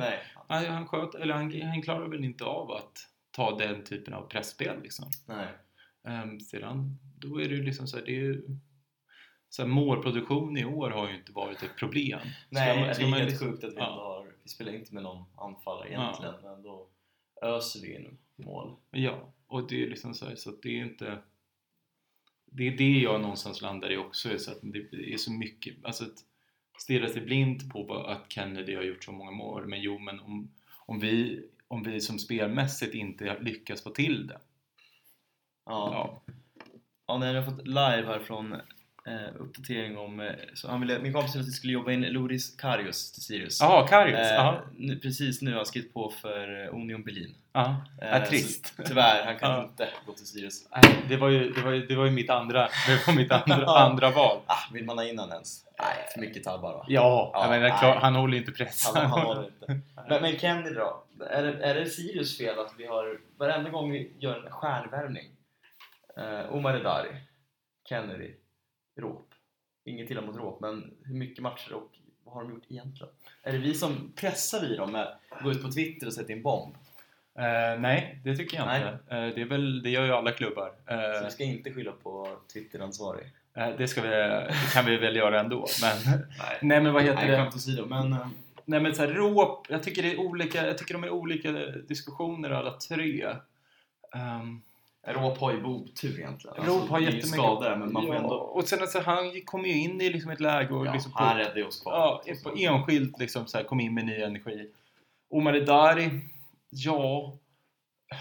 Han klarar väl inte av att ta den typen av pressspel liksom. Nej. Sedan då är det ju liksom så här, det är ju så här, målproduktion i år har ju inte varit ett problem. Nej, det är helt sjukt att vi spelar inte med någon anfallare egentligen, men då öser vi in mål. Ja, och det är liksom så här, så att det är inte... Det är det jag någonstans landar i också, så att det är så mycket... Alltså att stirra sig blind på att Kennedy har gjort så många mål, men om vi som spelmässigt inte lyckas få till det. Ja, när jag har fått live här från uppdatering om så min kompis ville att vi skulle jobba in Loris Karius till Sirius. Jaha, Karius. Precis nu har han skrivit på för Union Berlin. Trist. Tyvärr, han kan inte gå till Sirius. Det var ju mitt andra andra val. Vill man ha innan ens? Nej, för mycket tabbar va? Han håller inte press. Han håller inte. Men Kennedy då? Är det Sirius fel att vi har varenda gång vi gör en stjärnvärvning Omar Edari, Kennedy, Råp. Inget illa mot Råp, men hur mycket matcher och vad har de gjort egentligen? Är det vi som pressar vi dem med att gå ut på Twitter och sätta in bomb? Nej, det tycker jag inte. Det gör ju alla klubbar. Så vi ska inte skylla på Twitter-ansvarig? Det kan vi väl göra ändå. Men, nej, men vad heter det? Skämt åsido, men... Nej, men så här, Råp, jag tycker de är olika diskussioner alla 3. Råp har ju otur egentligen. Råp har jättemycket skador, men man får ändå... Och sen alltså, han kom ju in i liksom ett läge och liksom han räddade oss kvar. Ja, på enskilt liksom så här, kom in med ny energi. Omar Edari,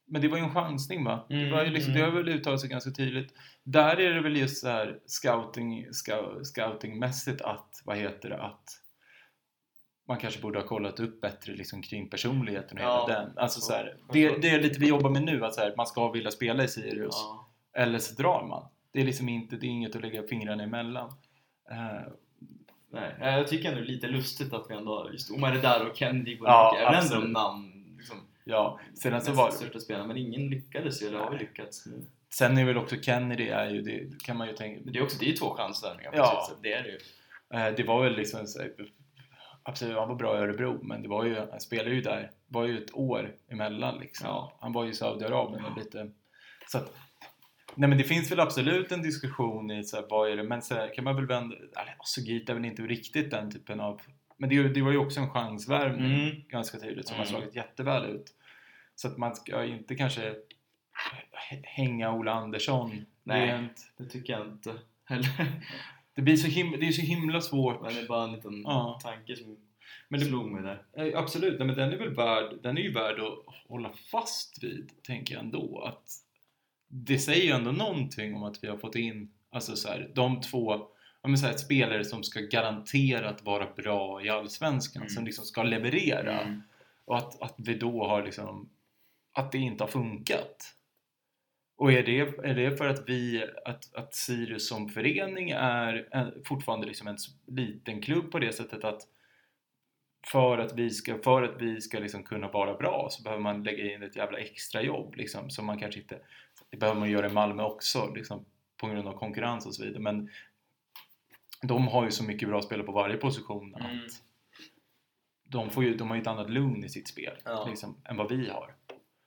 Men det var ju en chansning, va? Det var ju liksom, det har väl uttalat sig ganska tydligt. Där är det väl just så här scoutingmässigt att, att man kanske borde ha kollat upp bättre liksom kring personligheten och hela den. Alltså så här, det är lite vi jobbar med nu, att så här, man ska vilja spela i Sirius. Ja. Eller så drar man. Det är liksom inte, det är inget att lägga fingrarna emellan. Nej, jag tycker ändå lite lustigt att vi ändå just Omar är där och Kennedy går även ändå namn liksom. Ja, sedan så var största spelare, men ingen lyckades ju, eller har vi lyckats nu? Sen är väl också Kennedy är ju, det kan man ju tänka. Men det är också, det är ju 2 chansvärvningar på sitt sätt, det är det ju. Det var väl liksom absolut, han var bra i Örebro, men det var ju, han spelade ju där, var ju ett år emellan liksom. Ja. Han var ju i Saudiarabien och lite så att, nej, men det finns väl absolut en diskussion i så här, vad är det, men så här, kan man väl vända, Sugita är väl inte riktigt den typen av, men det var ju också en chansvärvning ganska tydligt som har slagit jätteväl ut, så att man ska inte kanske hänga Ola Andersson. Nej, det tycker jag inte heller. Det blir det är så himla svårt. Men det är bara en liten tanke som slog mig där. Absolut, men den är ju värd att hålla fast vid, tänker jag ändå, att det säger ju ändå någonting om att vi har fått in, alltså så här, de två, så här, spelare som ska garanterat vara bra i Allsvenskan, som liksom ska leverera, och att vi då har liksom, att det inte har funkat. Och är det för att Sirius som förening är fortfarande liksom en liten klubb på det sättet, att för att vi ska liksom kunna vara bra, så behöver man lägga in ett jävla extra jobb liksom, som man kanske inte, det behöver man göra i Malmö också liksom, på grund av konkurrens och så vidare, men de har ju så mycket bra spelare på varje position att de har ju ett annat lugn i sitt spel liksom, än vad vi har.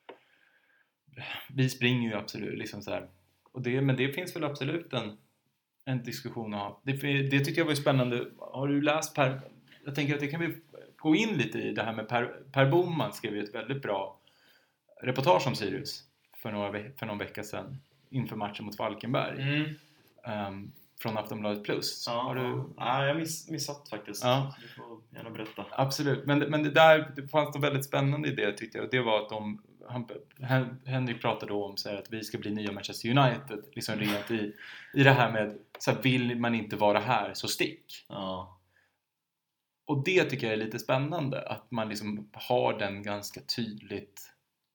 Vi springer ju absolut liksom så här, och men det finns väl absolut en diskussion att ha. Det tycker jag var spännande. Har du läst jag tänker att det kan vi gå in lite i, det här med Per Boman skrev ju ett väldigt bra reportage om Sirius för någon vecka sedan inför matchen mot Falkenberg. Från Aftonbladet Plus. Har du... Ja, jag missat faktiskt. Ja. Du får gärna berätta. Absolut, men det fanns något väldigt spännande i det, tyckte jag. Och det var att Henrik pratade om så här, att vi ska bli nya Manchester United, liksom rent i det här med så här, vill man inte vara här så stick. Ja. Och det tycker jag är lite spännande, att man liksom har den ganska tydligt.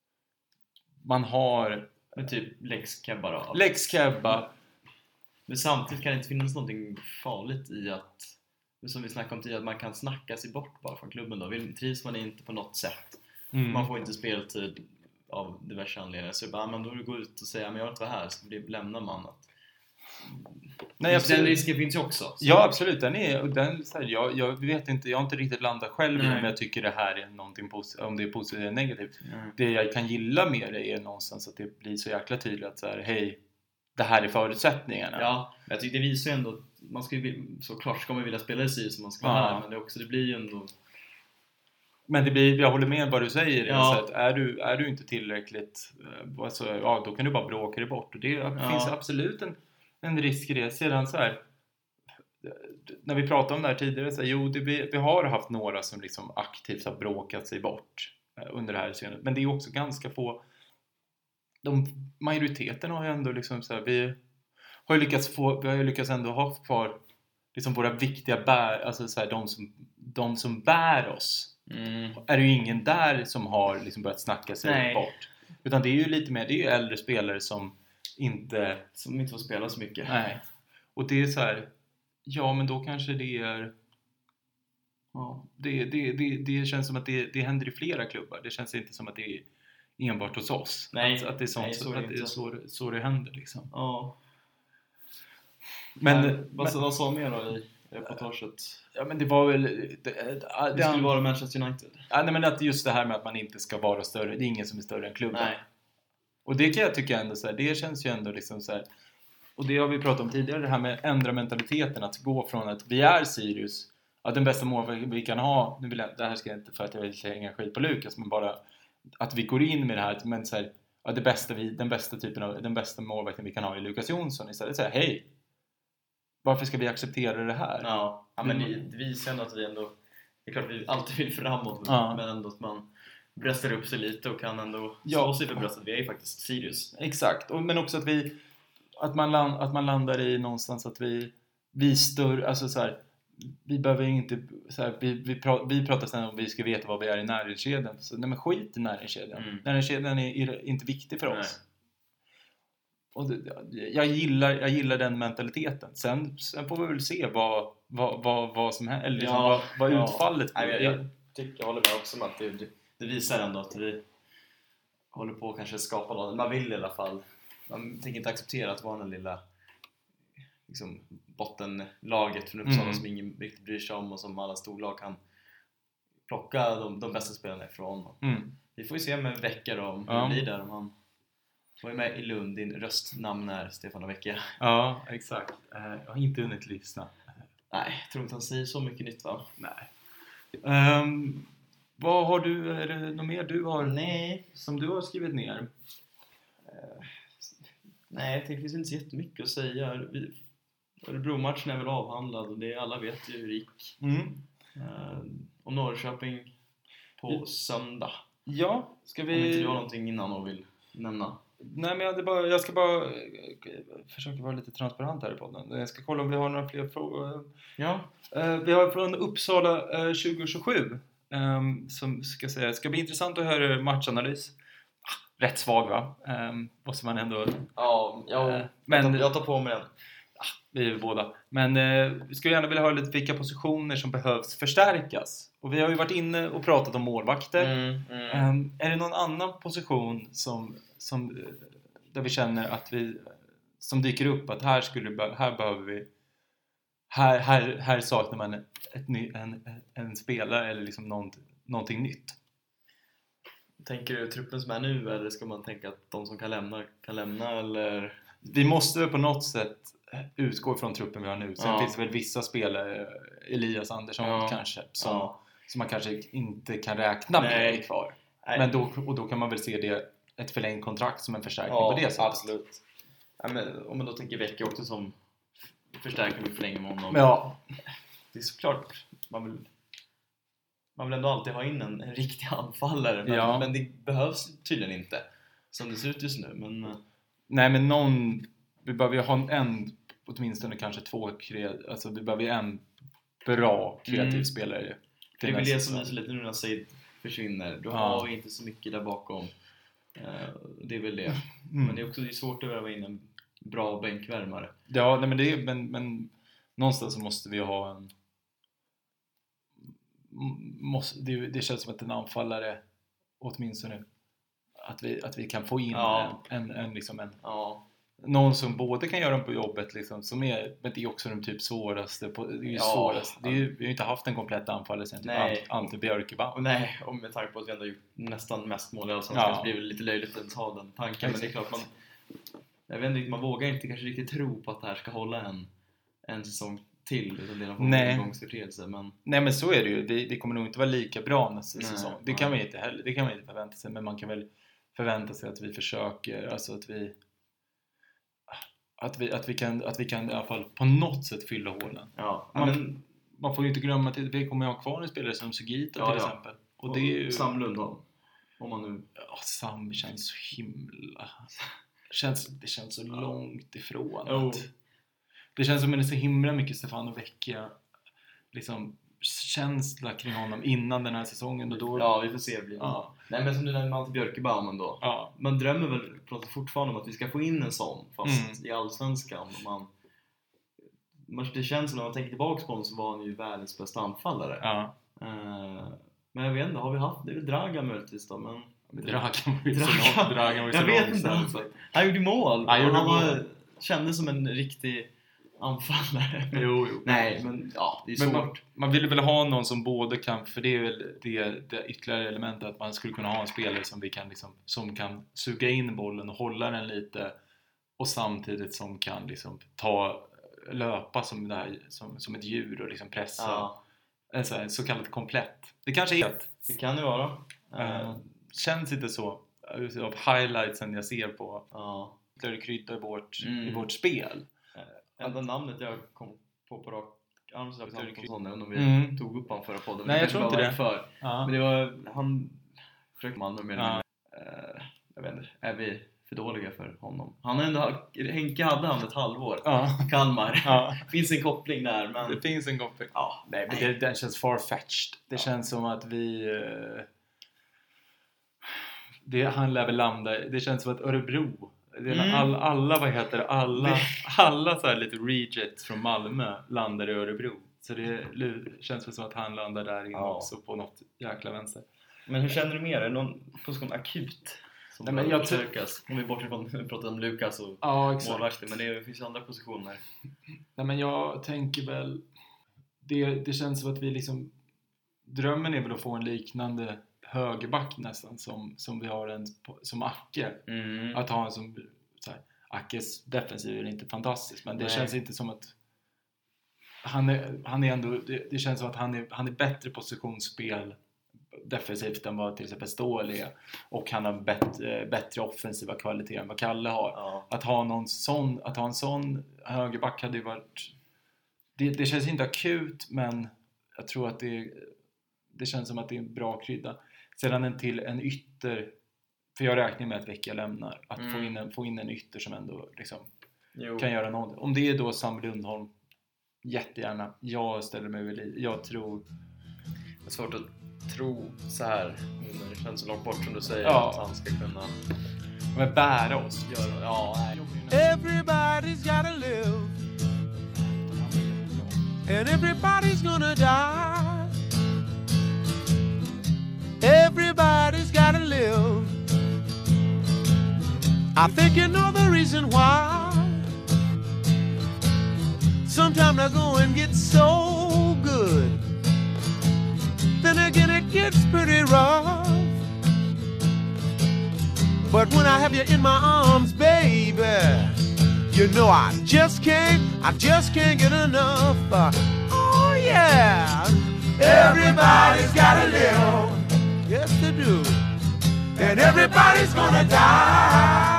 Man har men typ Lex Kebba då. Lex Kebba. Men samtidigt kan det inte finnas någonting farligt i att, som vi snackade om tidigare, att man kan snacka sig bort bara från klubben då. Trivs man inte på något sätt, man får inte speltid av diverse anledningar, så bara, men då du går ut och säger men jag vill inte vara här, så lämnar man att... Nej, den risken finns ju också. Så. Ja, absolut. Den så här, jag vet inte, jag har inte riktigt landat själv om jag tycker det här är någonting om det är positivt eller negativt. Det jag kan gilla med det är någonstans att det blir så jäkla tydligt att så här, hej, det här är förutsättningarna. Ja, jag tycker det visar ju ändå, man ska ju, såklart ska man vilja spela i Sirius som man ska vara här, men det blir ju ändå... Men det blir, jag håller med vad du säger, så att är du inte tillräckligt, alltså, då kan du bara bråka dig bort, och det finns absolut en risk i det. Sedan så här, när vi pratade om det här tidigare, så här, vi har haft några som liksom aktivt har bråkat sig bort under det här scenet, men det är också ganska få. Majoriteten har ju ändå liksom så här, vi har ju lyckats ändå ha kvar liksom våra viktiga alltså så här, de som bär oss. Är det ju ingen där som har liksom börjat snacka sig bort, utan det är ju lite mer, det är ju äldre spelare som inte får spela så mycket. Nej. Och det är så här, men då kanske det är det känns som att det händer i flera klubbar. Det känns inte som att det är enbart hos oss. Nej, att det är sånt, nej, så att det är så det händer liksom. Ja. Men vad sa mer då i reportaget? Ja, men det var väl det skulle vara Manchester United. Ja, nej, men att just det här med att man inte ska vara större, det är ingen som är större än klubben. Nej. Och det kan jag tycka ändå så här, det känns ju ändå liksom så här, och det har vi pratat om tidigare, det här med ändra mentaliteten, att gå från att vi är Sirius, att den bästa målvakten vi kan ha, det här ska jag inte för att jag vill hänga skit på Lukas, men bara att vi går in med det här, men så här, den bästa målvakten vi kan ha är Lukas Jonsson, istället säga hej, varför ska vi acceptera det här? Ja men det visar ändå att vi ändå, det är klart vi alltid vill framåt, men ändå att man bröstar upp sig lite och kan ändå slå sig för bröstet. Vi är ju faktiskt Sirius. Exakt, men också att man landar i någonstans att vi större, alltså så här, vi behöver inte så här, vi pratar sen om vi ska veta vad vi är i näringskedjan. Så nej, men skit i näringskedjan. Näringskedjan är inte viktig för oss. Och jag gillar den mentaliteten. Sen får vi väl se vad som händer, eller liksom, vad utfallet blir. Jag håller med också om att det visar ändå att vi håller på att kanske skapa något. Man vill i alla fall. Man tänker inte acceptera att vara den lilla liksom, bottenlaget från Uppsala som ingen riktigt bryr sig om och som alla storlag kan plocka de bästa spelarna ifrån. Vi får ju se med Vecka då, om hur det blir där. Om han var ju med i Lund, din röstnamn är Stefan Vecka. Ja, exakt. Jag har inte hunnit lyssna. Nej, jag tror inte han säger så mycket nytt, va? Nej. Vad har du, är det något mer du har? Nej. Som du har skrivit ner? Nej, det finns inte så jättemycket att säga. Örebro-matchen är väl avhandlad och alla vet ju hur det gick. Och Norrköping på söndag. Ja, ska vi... Om inte du har någonting innan och vill nämna. Nej, men jag ska bara försöka vara lite transparent här i podden. Jag ska kolla om vi har några fler frågor. Ja. Vi har från Uppsala 2027 som ska bli intressant att höra matchanalys. Rätt svag, va? Måste man ändå... Men jag tar på mig den. Vi är båda. Men vi skulle gärna vilja höra lite vilka positioner som behövs förstärkas. Och vi har ju varit inne och pratat om målvakter. Är det någon annan position som där vi känner att som dyker upp att här behöver vi, här saknar man en spelare eller liksom någonting nytt? Tänker du truppen som är nu, eller ska man tänka att de som kan lämna eller? Vi måste på något sätt utgå från truppen vi har nu. Sen finns det väl vissa spelare, Elias Andersson kanske, som man kanske inte kan räkna med är kvar. Nej. Men då kan man väl se det ett förlängt kontrakt som en förstärkning på det sättet. Absolut. Ja, men om man då tänker Vecka också som förstärkning och förlänger med honom. Ja. Det är såklart man vill ändå alltid ha in en riktig anfallare. Men det behövs tydligen inte som det ser ut just nu. Men... Nej, men vi behöver ju ha en, åtminstone kanske två, alltså vi behöver ju en bra kreativ spelare. Det är väl det som är så lite nu när Said försvinner. Du har inte så mycket där bakom. Det är väl det. Men det är också svårt att värva in en bra bänkvärmare. Ja, nej, men någonstans så måste vi ha en... Det känns som att en anfallare åtminstone att vi kan få in någon som både kan göra på jobbet liksom, men det är också de typ svåraste vi har ju inte haft en komplett anfallare sen typ Ante Björkebaum. Nej, och med tanke på att vi ändå gjort nästan mest mål i Allsvenskan så blir det lite löjligt att ha den tanken. Men det är klart man vågar inte kanske riktigt tro på att det här ska hålla en säsong till, utan det är någon engångsförteelse. Nej, men så är det ju. Det kommer nog inte vara lika bra nästa säsong. Det kan man inte heller. Det kan man inte förvänta sig, men man kan väl förvänta sig att vi försöker, alltså att vi kan i alla fall på något sätt fylla hålen. Man får ju inte glömma att vi kommer att ha kvar en spelare som Sugita till exempel. Och det är ju Sam Lundholm. Om man nu... Sam känns så himla... Det känns så långt ifrån. Det känns som att det är så himla mycket Stefan och Vecchia liksom känsla kring honom innan den här säsongen. Och då... vi får se det blir. Nej, men som du nämnde Ante Björkebaum då. Man drömmer väl fortfarande om att vi ska få in en sån fast i Allsvenskan. Det känns som när man tänker tillbaka på honom så var han ju världens bästa anfallare. Men jag vet inte, har vi haft det? Det är väl Dragan möjligtvis då, men... Dragan jag vet inte. Han gjorde mål. Han kändes som en riktig anfallare. Jo. Nej, men det är svårt. Man vill väl ha någon som både kan, för det är väl det ytterligare elementet att man skulle kunna ha en spelare som vi kan liksom, som kan suga in bollen och hålla den lite och samtidigt som kan liksom löpa som ett djur och liksom pressa. Så kallat komplett. Det kanske är ett. Det kan det vara. Känns inte så av highlightsen jag ser på ytterligare krydda i vårt spel. Enda namnet jag kom på rak arm så om vi tog upp han förra podden. Nej, jag tror inte det. Men det var han försöker Malmö med jag vet inte, är vi för dåliga för honom? Han ändå, Henke hade han ett halvår. Kalmar. Finns en koppling där, men det finns en koppling. Nej. Men den känns far-fetched. Det känns som att vi han lär väl landa. Det känns som att Örebro, alla så här lite rejects från Malmö landar i Örebro. Så det känns väl som att han landar där inne också på något jäkla vänster. Men hur känner du mer? Är det någon position akut som jag försökas? Om vi bortser från pratar om Lukas och målvakter, men det finns andra positioner. Nej, men jag tänker väl det känns som att vi liksom, drömmen är väl att få en liknande högerback nästan som vi har en som Acke. Att ha en som så här, Ackes defensiv är inte fantastisk, men det känns inte som att han är ändå, det känns som att han är bättre positionsspel defensivt än vad till exempel Ståhl är, och han har bättre offensiva kvaliteter än vad Kalle har. Att ha en sån högerback hade ju varit, det känns inte akut, men jag tror att det känns som att det är en bra krydda. Sedan en ytter, för jag räknar med att Vecchia lämnar, att få in en ytter som ändå liksom kan göra något. Om det är då Sam Lundholm, jättegärna. Jag ställer mig väl i. Jag tror, det är svårt att tro så här, men det känns så långt bort som du säger att han ska kunna bära oss. Everybody's gotta live, and everybody's gonna die. Everybody's gotta live. I think you know the reason why. Sometimes I go and get so good, then again it gets pretty rough. But when I have you in my arms, baby, you know I just can't get enough. Oh yeah, everybody's gotta live. Yes they do. And everybody's gonna die.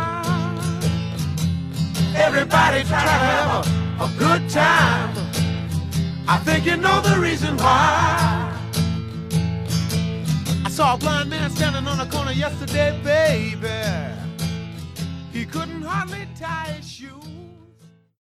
Everybody try to have a good time. I think you know the reason why. I saw a blind man standing on a corner yesterday, baby. He couldn't hardly tie his shoes.